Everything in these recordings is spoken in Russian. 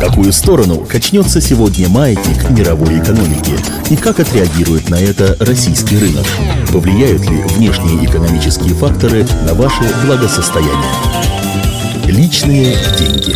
какую сторону качнется сегодня маятник мировой экономики и как отреагирует на это российский рынок? Повлияют ли внешние экономические факторы на ваше благосостояние? Личные деньги.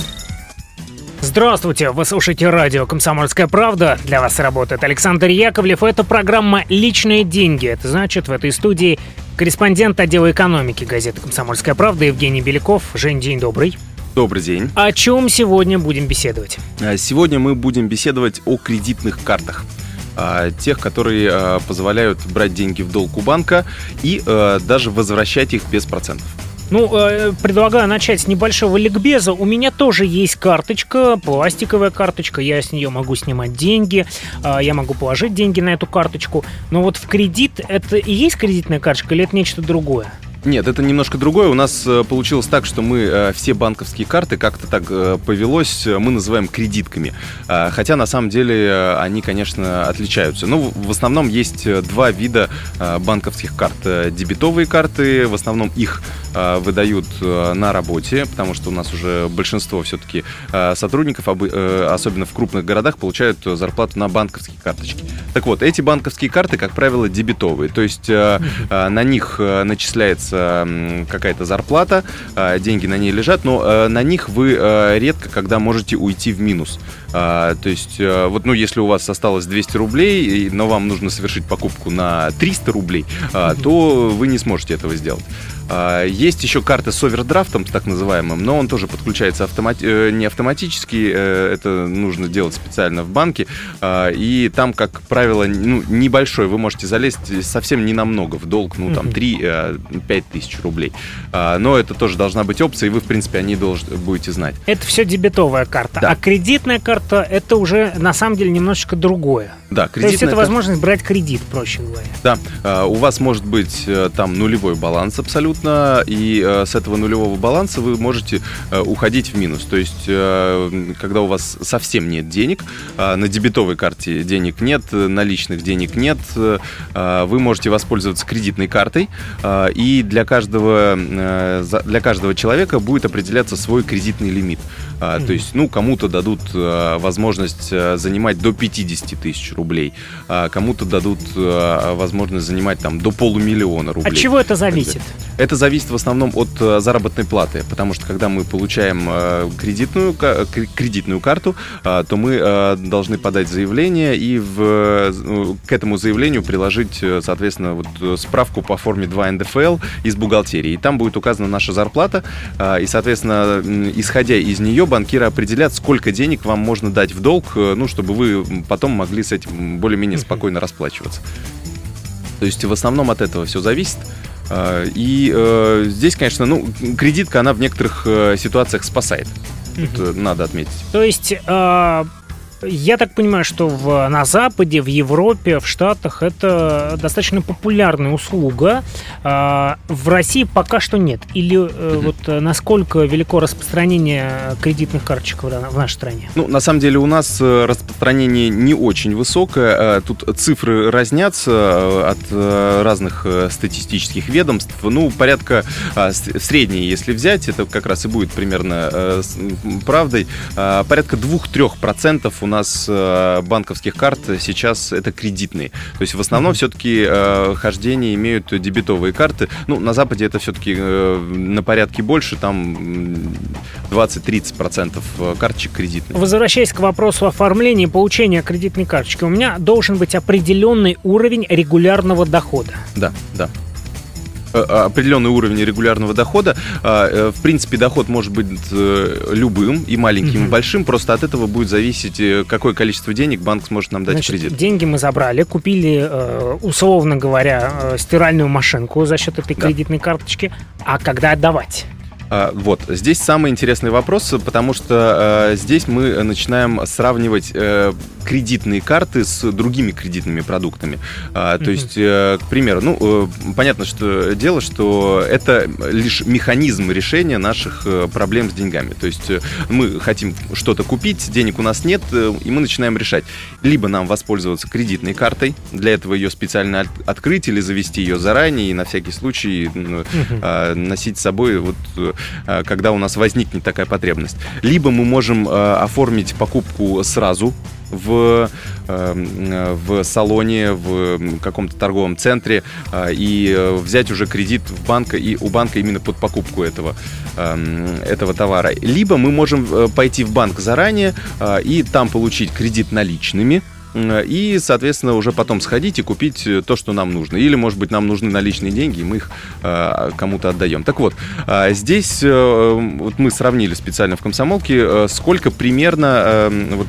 Здравствуйте, вы слушаете радио «Комсомольская правда». Для вас работает Александр Яковлев. Это программа «Личные деньги». Это значит, в этой студии корреспондент отдела экономики газеты «Комсомольская правда» Евгений Беляков. Жень, день добрый. Добрый день. О чем сегодня будем беседовать? Сегодня мы будем беседовать о кредитных картах. Тех, которые позволяют брать деньги в долг у банка и даже возвращать их без процентов. Предлагаю начать с небольшого ликбеза. У меня тоже есть карточка, пластиковая карточка. Я с нее могу снимать деньги, я могу положить деньги на эту карточку. Но вот в кредит это и есть кредитная карточка или это нечто другое? Нет, это немножко другое. У нас получилось так, что мы все банковские карты, как-то так повелось, мы называем кредитками. Хотя на самом деле они, конечно, отличаются. Но в основном есть два вида банковских карт. Дебетовые карты, в основном их выдают на работе, потому что у нас уже большинство все-таки сотрудников, особенно в крупных городах, получают зарплату на банковские карточки. Так вот, эти банковские карты, как правило, дебетовые. То есть на них начисляется какая-то зарплата, деньги на ней лежат, но на них вы редко когда можете уйти в минус. То есть, если у вас осталось 200 рублей, но вам нужно совершить покупку на 300 рублей, то вы не сможете этого сделать. Есть еще карты с овердрафтом, так называемым, но он тоже подключается не автоматически, это нужно делать специально в банке, и там, как правило, небольшой, вы можете залезть совсем ненамного в долг, 3-5 тысяч рублей. Но это тоже должна быть опция, и вы, в принципе, о ней будете знать. Это все дебетовая карта, да. А кредитная карта, это уже, на самом деле, немножечко другое. Да, то есть это возможность брать кредит, проще говоря. Да, у вас может быть там нулевой баланс абсолютно, и с этого нулевого баланса вы можете уходить в минус. То есть, когда у вас совсем нет денег, на дебетовой карте денег нет, наличных денег нет, вы можете воспользоваться кредитной картой, и для каждого человека будет определяться свой кредитный лимит. То есть, кому-то дадут возможность занимать до 50 тысяч рублей, кому-то дадут возможность занимать там до 500 000 рублей. От чего это зависит? Это зависит в основном от заработной платы, потому что когда мы получаем кредитную карту, то мы должны подать заявление и к этому заявлению приложить, соответственно, справку по форме 2 НДФЛ из бухгалтерии. И там будет указана наша зарплата, и, соответственно, исходя из нее, банкиры определят, сколько денег вам можно дать в долг, чтобы вы потом могли с этим более-менее спокойно расплачиваться. То есть в основном от этого все зависит. И здесь, конечно, кредитка, она в некоторых ситуациях спасает. Это надо отметить. То есть я так понимаю, что на Западе, в Европе, в Штатах это достаточно популярная услуга. В России пока что нет. Или насколько велико распространение кредитных карточек в нашей стране? На самом деле у нас распространение не очень высокое. Тут цифры разнятся от разных статистических ведомств. Порядка средние, если взять, это как раз и будет примерно правдой, порядка 2-3% у нас банковских карт сейчас это кредитные. То есть в основном все-таки хождение имеют дебетовые карты. На Западе это все-таки на порядке больше, там 20-30% карточек кредитных. Возвращаясь к вопросу оформления и получения кредитной карточки, у меня должен быть определенный уровень регулярного дохода. Да. Определенный уровень регулярного дохода. В принципе, доход может быть любым, и маленьким, и большим. Просто от этого будет зависеть, какое количество денег банк сможет нам дать в кредит. Деньги мы забрали, купили, условно говоря, стиральную машинку за счет этой кредитной карточки. А когда отдавать? Здесь самый интересный вопрос, потому что здесь мы начинаем сравнивать кредитные карты с другими кредитными продуктами. То есть, к примеру, понятно, что дело, что это лишь механизм решения наших проблем с деньгами. То есть мы хотим что-то купить, денег у нас нет, и мы начинаем решать. Либо нам воспользоваться кредитной картой, для этого ее специально открыть или завести ее заранее, и на всякий случай носить с собой когда у нас возникнет такая потребность. Либо мы можем оформить покупку сразу в салоне, в каком-то торговом центре и взять уже кредит у банка именно под покупку этого товара. Либо мы можем пойти в банк заранее и там получить кредит наличными, и, соответственно, уже потом сходить и купить то, что нам нужно. Или, может быть, нам нужны наличные деньги, и мы их кому-то отдаем. Так вот, здесь вот мы сравнили специально в «Комсомолке», сколько примерно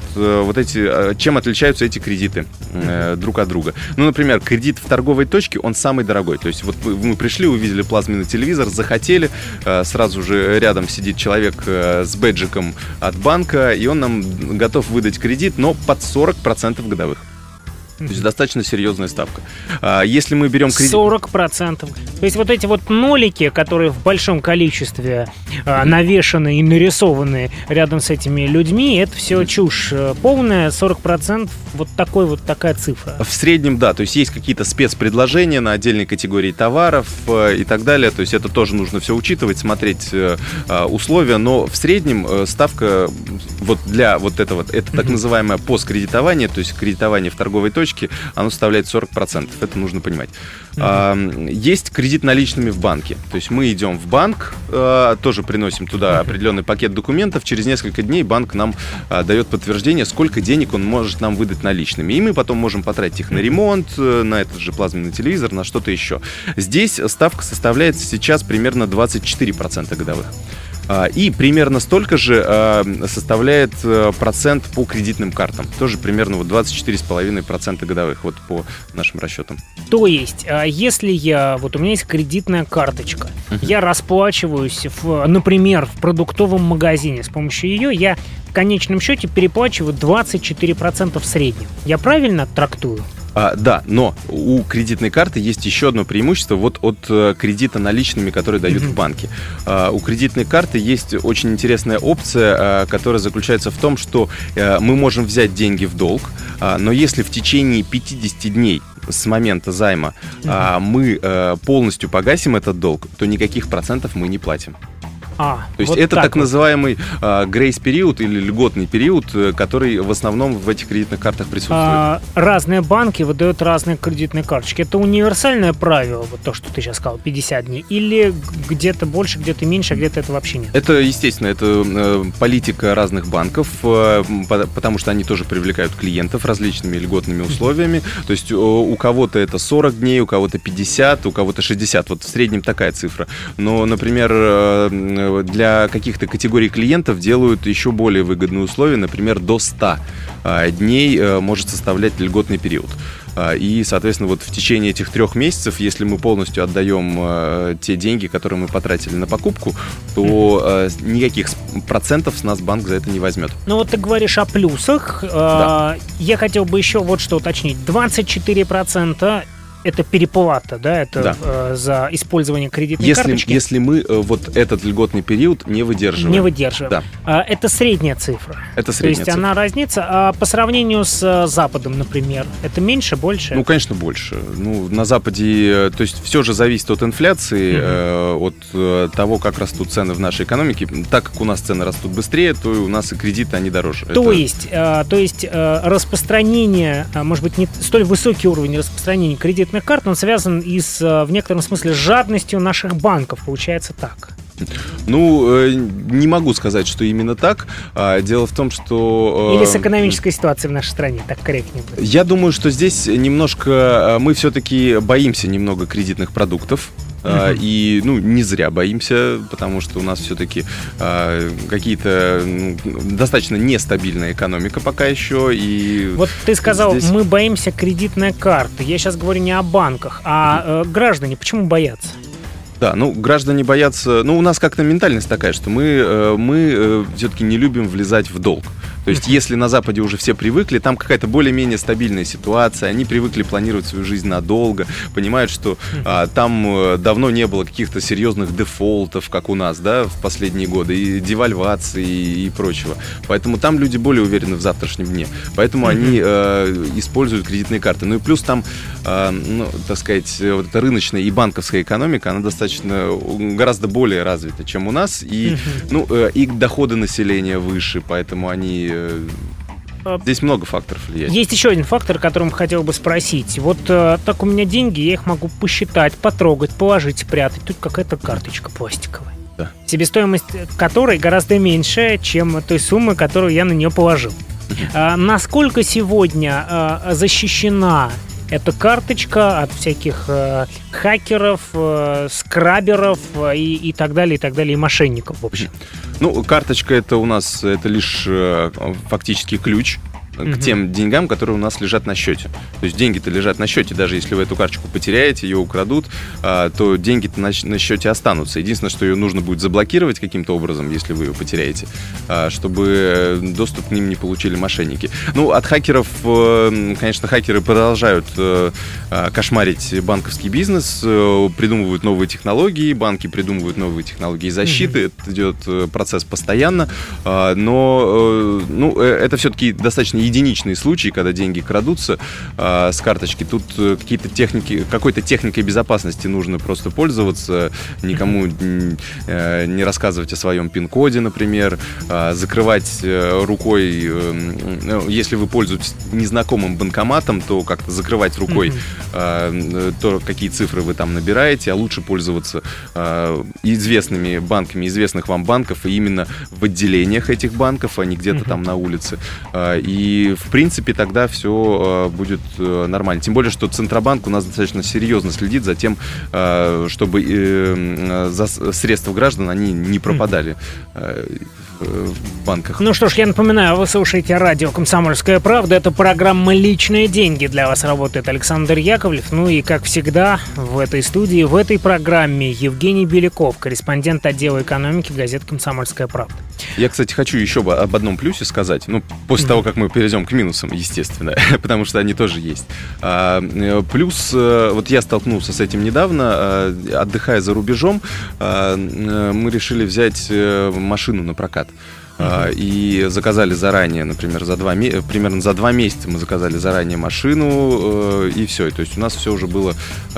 чем отличаются эти кредиты друг от друга. Ну, например, кредит в торговой точке, он самый дорогой. То есть вот мы пришли, увидели плазменный телевизор, захотели, сразу же рядом сидит человек с бэджиком от банка, и он нам готов выдать кредит, но под 40% годовых. То есть достаточно серьезная ставка. Если мы берем кредит... 40%. То есть вот эти вот нолики, которые в большом количестве навешаны и нарисованы рядом с этими людьми, это все чушь полная. 40% такая цифра. В среднем, да. То есть есть какие-то спецпредложения на отдельные категории товаров и так далее. То есть это тоже нужно все учитывать, смотреть условия. Но в среднем ставка вот для вот этого, это так называемое посткредитование, то есть кредитование в торговой точке, оно составляет 40%. Это нужно понимать. Есть кредит наличными в банке. То есть мы идем в банк, тоже приносим туда определенный пакет документов. Через несколько дней банк нам дает подтверждение, сколько денег он может нам выдать наличными. И мы потом можем потратить их на ремонт, на этот же плазменный телевизор, на что-то еще. Здесь ставка составляет сейчас примерно 24% годовых. И примерно столько же составляет процент по кредитным картам. Тоже примерно 24,5% годовых, вот по нашим расчетам. То есть, если у меня есть кредитная карточка, я расплачиваюсь, например, в продуктовом магазине, с помощью ее я в конечном счете переплачиваю 24% в среднем. Я правильно трактую? Да, но у кредитной карты есть еще одно преимущество от кредита наличными, которые дают в банке. У кредитной карты есть очень интересная опция, которая заключается в том, что мы можем взять деньги в долг, но если в течение 50 дней с момента займа мы полностью погасим этот долг, то никаких процентов мы не платим. То есть вот это так называемый грейс-период или льготный период, который в основном в этих кредитных картах присутствует. Разные банки выдают разные кредитные карточки. Это универсальное правило, вот то, что ты сейчас сказал, 50 дней? Или где-то больше, где-то меньше, а где-то это вообще нет? Это, естественно, это политика разных банков, потому что они тоже привлекают клиентов различными льготными условиями. То есть у кого-то это 40 дней, у кого-то 50, у кого-то 60. Вот в среднем такая цифра. Но, например, для каких-то категорий клиентов делают еще более выгодные условия, например, до 100 дней может составлять льготный период. И, соответственно, вот в течение этих 3 месяцев, если мы полностью отдаем те деньги, которые мы потратили на покупку, то никаких процентов с нас банк за это не возьмет. Ну вот ты говоришь о плюсах. Да. Я хотел бы еще вот что уточнить. 24% это переплата, да, это за использование кредитной карточки. Если мы вот этот льготный период не выдерживаем. Да. Это средняя цифра. Это средняя цифра. То есть она разнится. А по сравнению с Западом, например, это меньше, больше? Ну, конечно, больше. Ну, на Западе, то есть все же зависит от инфляции, от того, как растут цены в нашей экономике. Так как у нас цены растут быстрее, то у нас и кредиты, они дороже. То есть распространение, может быть, не столь высокий уровень распространения кредитных карт, он связан в некотором смысле с жадностью наших банков. Получается так. Ну, не могу сказать, что именно так. Дело в том, что... Или с экономической ситуацией в нашей стране, так корректнее будет. Я думаю, что здесь немножко... Мы все-таки боимся немного кредитных продуктов. И, не зря боимся, потому что у нас все-таки какие-то достаточно нестабильная экономика пока еще. И вот ты сказал, мы боимся кредитной карты. Я сейчас говорю не о банках, а граждане. Почему боятся? Да, граждане боятся... у нас как-то ментальность такая, что мы все-таки не любим влезать в долг. То есть, если на Западе уже все привыкли, там какая-то более-менее стабильная ситуация, они привыкли планировать свою жизнь надолго, понимают, что там давно не было каких-то серьезных дефолтов, как у нас, да, в последние годы, и девальвации и прочего. Поэтому там люди более уверены в завтрашнем дне. Поэтому они используют кредитные карты. Ну и плюс там, ну, так сказать, вот эта рыночная и банковская экономика, она достаточно, гораздо более развита, чем у нас, и, ну, и доходы населения выше, поэтому они... Здесь много факторов влияет. Есть еще один фактор, о котором хотел бы спросить. Вот так у меня деньги, я их могу посчитать, потрогать, положить, спрятать. Тут какая-то карточка пластиковая. Да. Себестоимость которой гораздо меньше, чем той суммы, которую я на нее положил. Насколько сегодня защищена эта карточка от всяких хакеров, скраберов и так далее, и мошенников, в общем? Ну, карточка это у нас это лишь фактически ключ к тем деньгам, которые у нас лежат на счете. То есть деньги-то лежат на счете, даже если вы эту карточку потеряете, ее украдут, то деньги-то на счете останутся. Единственное, что ее нужно будет заблокировать каким-то образом, если вы ее потеряете, чтобы доступ к ним не получили мошенники. Ну, от хакеров, конечно, хакеры продолжают кошмарить банковский бизнес, придумывают новые технологии, банки придумывают новые технологии защиты, это идет процесс постоянно, но ну, это все-таки достаточно единичные случаи, когда деньги крадутся с карточки. Тут какой-то техникой безопасности нужно просто пользоваться, никому не рассказывать о своем пин-коде, например, закрывать рукой, если вы пользуетесь незнакомым банкоматом, то как-то закрывать рукой то, какие цифры вы там набираете, а лучше пользоваться известными банками, известных вам банков, и именно в отделениях этих банков, а не где-то там на улице. И, в принципе, тогда все будет нормально. Тем более, что Центробанк у нас достаточно серьезно следит за тем, чтобы средства граждан, они не пропадали в банках. Ну что ж, я напоминаю, вы слушаете радио «Комсомольская правда». Это программа «Личные деньги». Для вас работает Александр Яковлев. Ну и, как всегда, в этой студии, в этой программе Евгений Беляков, корреспондент отдела экономики газеты «Комсомольская правда». Я, кстати, хочу еще об одном плюсе сказать. Ну, после того, как мы перейдем к минусам, естественно, потому что они тоже есть. Плюс, вот я столкнулся с этим недавно, отдыхая за рубежом, мы решили взять машину на прокат. И заказали заранее, например, примерно за 2 месяца мы заказали заранее машину, и все. То есть у нас все уже было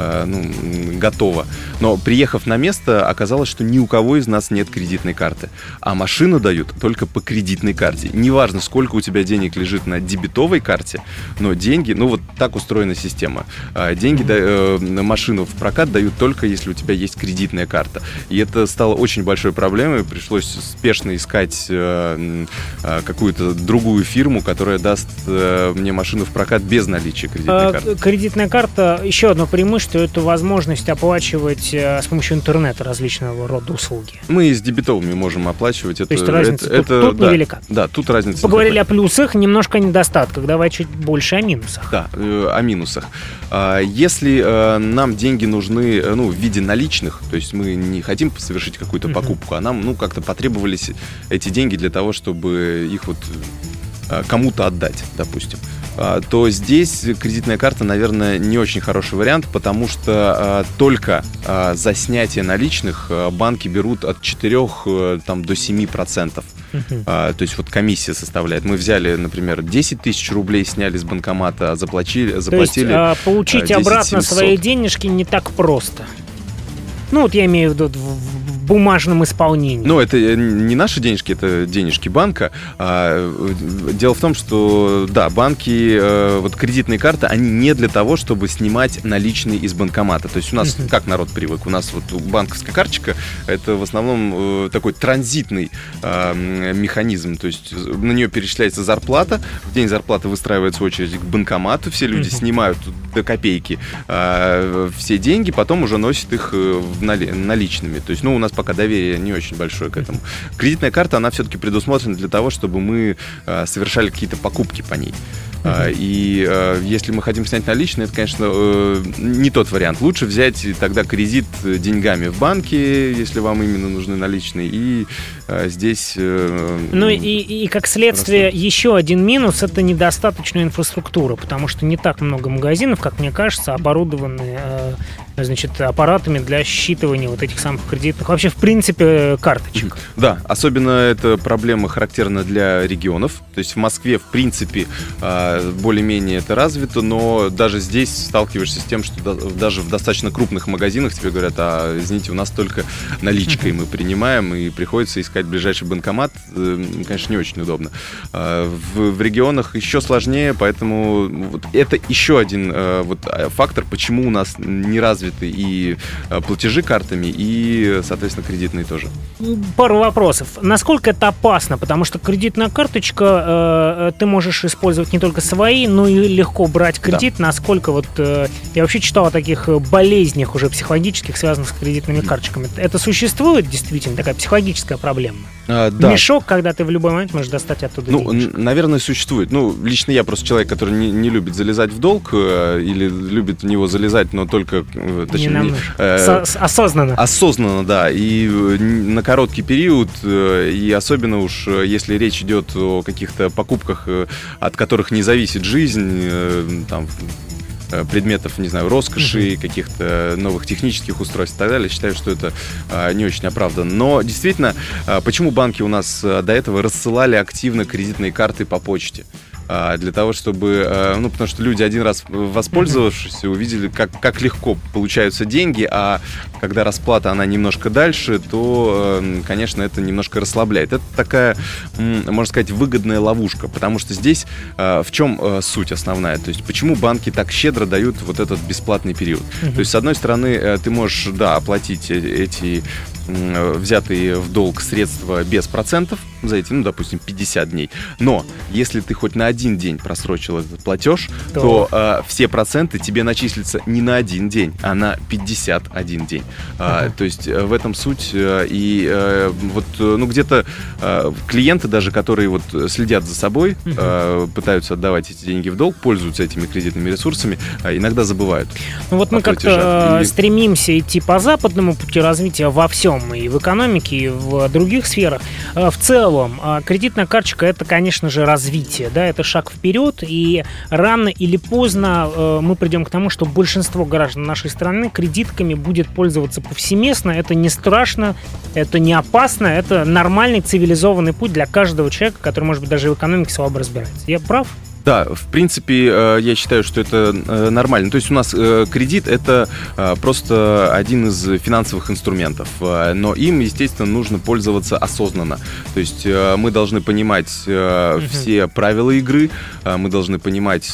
готово. Но приехав на место, оказалось, что ни у кого из нас нет кредитной карты. А машину дают только по кредитной карте. Неважно, сколько у тебя денег лежит на дебетовой карте, но деньги, ну вот так устроена система. Деньги на машину в прокат дают только если у тебя есть кредитная карта. И это стало очень большой проблемой. Пришлось спешно искать какую-то другую фирму, которая даст мне машину в прокат без наличия кредитной карты. Кредитная карта, еще одно преимущество, это возможность оплачивать с помощью интернета различного рода услуги. Мы и с дебетовыми можем оплачивать. То есть разница тут невелика. Да, тут разница. Поговорили о плюсах, немножко о недостатках. Давай чуть больше о минусах. Да, о минусах. Если нам деньги нужны в виде наличных, то есть мы не хотим совершить какую-то покупку, а нам как-то потребовались эти деньги для того, чтобы их вот кому-то отдать, допустим, то здесь кредитная карта, наверное, не очень хороший вариант, потому что только за снятие наличных банки берут от 4 до 7%. То есть вот комиссия составляет. Мы взяли, например, 10 тысяч рублей, сняли с банкомата, заплатили. То есть получить 10 обратно 700. Свои денежки не так просто. Ну вот я имею в виду в бумажном исполнении. Но это не наши денежки, это денежки банка. Дело в том, что да, банки, вот кредитные карты, они не для того, чтобы снимать наличные из банкомата. То есть у нас, как народ привык, у нас вот банковская карточка, это в основном такой транзитный механизм. То есть на нее перечисляется зарплата, в день зарплаты выстраивается очередь к банкомату, все люди снимают до копейки все деньги, потом уже носят их наличными. То есть, у нас пока доверие не очень большое к этому. Кредитная карта, она все-таки предусмотрена для того, чтобы мы совершали какие-то покупки по ней. И если мы хотим снять наличные, это, конечно, не тот вариант. Лучше взять тогда кредит деньгами в банке, если вам именно нужны наличные, и здесь... Ну и как следствие, еще один минус — это недостаточная инфраструктура, потому что не так много магазинов, как мне кажется, оборудованы аппаратами для считывания вот этих самых кредитных, вообще, в принципе, карточек. Да, особенно эта проблема характерна для регионов. То есть в Москве, в принципе, более-менее это развито, но даже здесь сталкиваешься с тем, что даже в достаточно крупных магазинах тебе говорят: извините, у нас только наличкой мы принимаем, и приходится искать ближайший банкомат. Конечно, не очень удобно. В регионах еще сложнее, поэтому вот это еще один фактор, почему у нас не развиты и платежи картами, и, соответственно, кредитные тоже. Пару вопросов. Насколько это опасно? Потому что кредитная карточка, ты можешь использовать не только свои, но и легко брать кредит. Да. Насколько я вообще читал о таких болезнях уже психологических, связанных с кредитными карточками. Это существует действительно такая психологическая проблема? Да. Мешок, когда ты в любой момент можешь достать оттуда денежку. Наверное, существует. Лично я просто человек, который не любит залезать в долг или любит в него залезать, но только... осознанно. Осознанно, да. И на короткий период, и особенно уж если речь идет о каких-то покупках, от которых не зависит жизнь, предметов, не знаю, роскоши, каких-то новых технических устройств и так далее, считаю, что это не очень оправданно. Но действительно, почему банки у нас до этого рассылали активно кредитные карты по почте? Для того, чтобы... потому что люди один раз воспользовавшись, увидели, как легко получаются деньги, а когда расплата, она немножко дальше, то, конечно, это немножко расслабляет. Это такая, можно сказать, выгодная ловушка, потому что здесь в чем суть основная? То есть почему банки так щедро дают вот этот бесплатный период? То есть, с одной стороны, ты можешь, оплатить эти взятые в долг средства без процентов за эти, допустим, 50 дней. Но если ты хоть на один день просрочил этот платеж, то все проценты тебе начислятся не на один день, а на 51 день. То есть в этом суть. И где-то клиенты даже, которые следят за собой, пытаются отдавать эти деньги в долг, пользуются этими кредитными ресурсами, иногда забывают. Мы как-то стремимся идти по западному пути развития во всем, и в экономике, и в других сферах. В целом, кредитная карточка — это, конечно же, развитие, да, это шаг вперед, и рано или поздно мы придем к тому, что большинство граждан нашей страны кредитками будет пользоваться повсеместно. Это не страшно, это не опасно, это нормальный цивилизованный путь для каждого человека, который, может быть, даже в экономике слабо разбирается. Я прав? Да, в принципе, я считаю, что это нормально. То есть у нас кредит — это просто один из финансовых инструментов, но им, естественно, нужно пользоваться осознанно. То есть мы должны понимать все правила игры, мы должны понимать,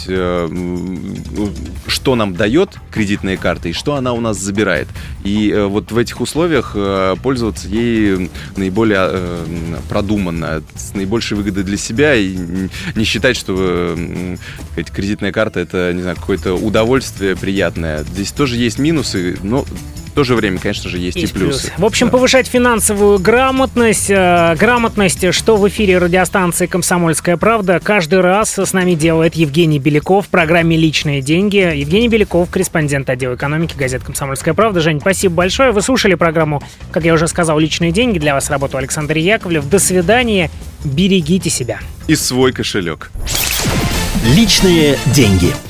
что нам дает кредитная карта и что она у нас забирает. И вот в этих условиях пользоваться ей наиболее продуманно, с наибольшей выгодой для себя, и не считать, что кредитная карта — это, не знаю, какое-то удовольствие приятное. Здесь тоже есть минусы, но в то же время, конечно же, есть и плюсы. В общем, повышать финансовую грамотность, что в эфире радиостанции «Комсомольская правда» каждый раз с нами делает Евгений Беляков в программе «Личные деньги». Евгений Беляков, корреспондент отдела экономики газеты «Комсомольская правда». Жень, спасибо большое. Вы слушали программу, как я уже сказал, «Личные деньги». Для вас работал Александр Яковлев. До свидания. Берегите себя. И свой кошелек. Личные деньги.